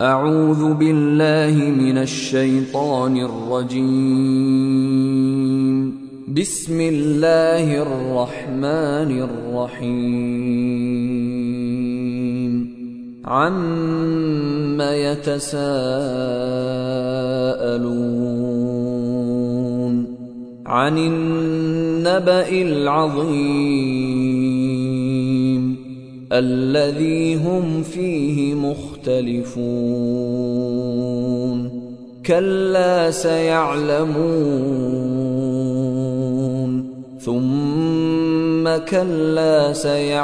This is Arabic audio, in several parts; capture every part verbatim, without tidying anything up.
أعوذ بالله من الشيطان الرجيم. بسم الله الرحمن الرحيم. عَمَّ يتساءلون عن النبأ العظيم الذي هم فيه مختلفون كلا سيعلمون ثم كلا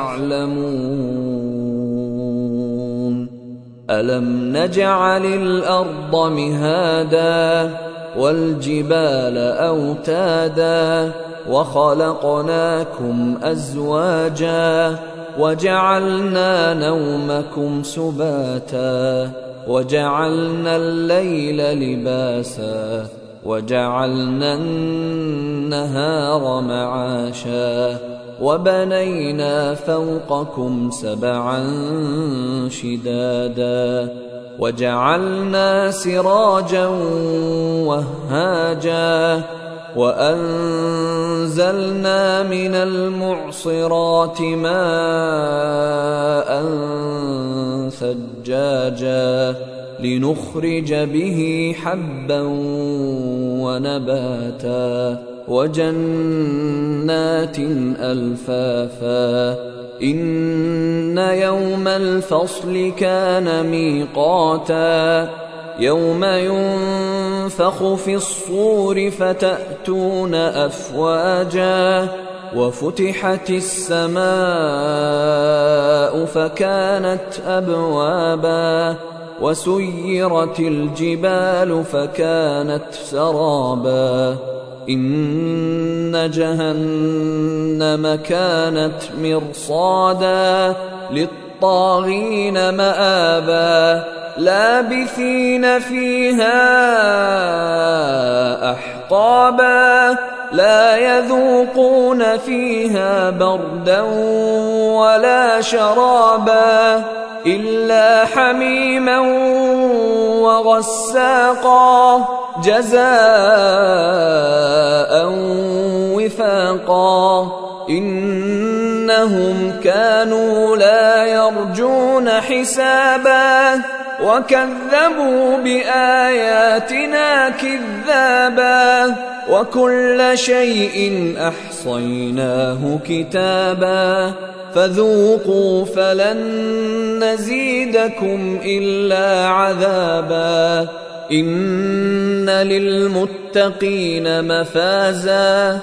سيعلمون ألم نجعل الأرض مهادا والجبال أوتادا وخلقناكم أزواجا وجعلنا نومكم سباتا وجعلنا الليل لباسا وجعلنا النهار معاشا وبنينا فوقكم سبعا شدادا وجعلنا سراجا وهاجا وأنزلنا من المعصرات ماء ثجاجا لنخرج به حبا ونباتا وجنات ألفافا إن يوم الفصل كان ميقاتا يوم ينفخ في الصور فتأتون أفواجا وفتحت السماء فكانت أبوابا وسيرت الجبال فكانت سرابا إن جهنم كانت مرصادا للطاغين مآبا لابثين فيها أحقابا لا يذوقون فيها بردا ولا شرابا إلا حميما وغساقا جزاء وفاقا إنهم كانوا لا يرجون حسابا وكذبوا بآياتنا كذابا وكل شيء أحصيناه كتابا فذوقوا فلن نزيدكم إلا عذابا إن للمتقين مفازا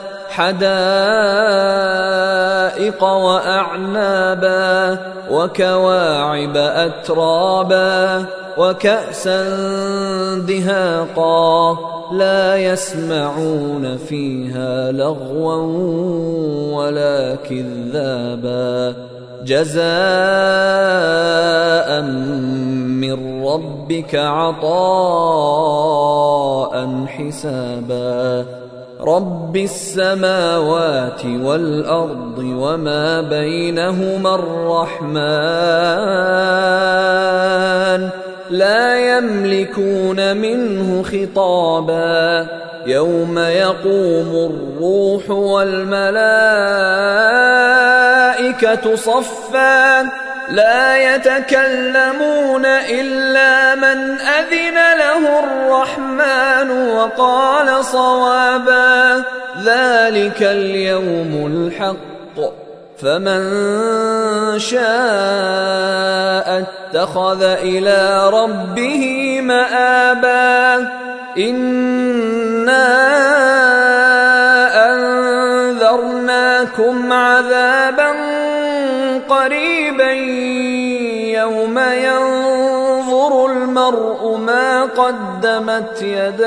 حدائق وأعنابا وكواعب أترابا وكأسا دهاقا لا يسمعون فيها لغوا ولا كذابا جزاء من ربك عطاء حسابا رب السماوات والأرض وما بينهما الرحمن لا يملكون منه خطابا يوم يقوم الروح والملائكة صفا لا يتكلمون إلا من أذن له الرحمن وقال صوابا ذلك اليوم الحق فمن شاء اتخذ إلى ربه مآبا إنا أنذرناكم عذابا قريبا يوم ينظر المرء ما قدمت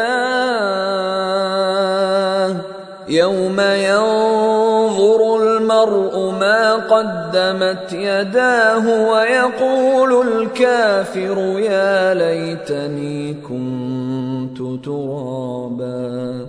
يداه يوم ينظر المرء ما قدمت يداه ويقول الكافر يا ليتني كنت ترابا.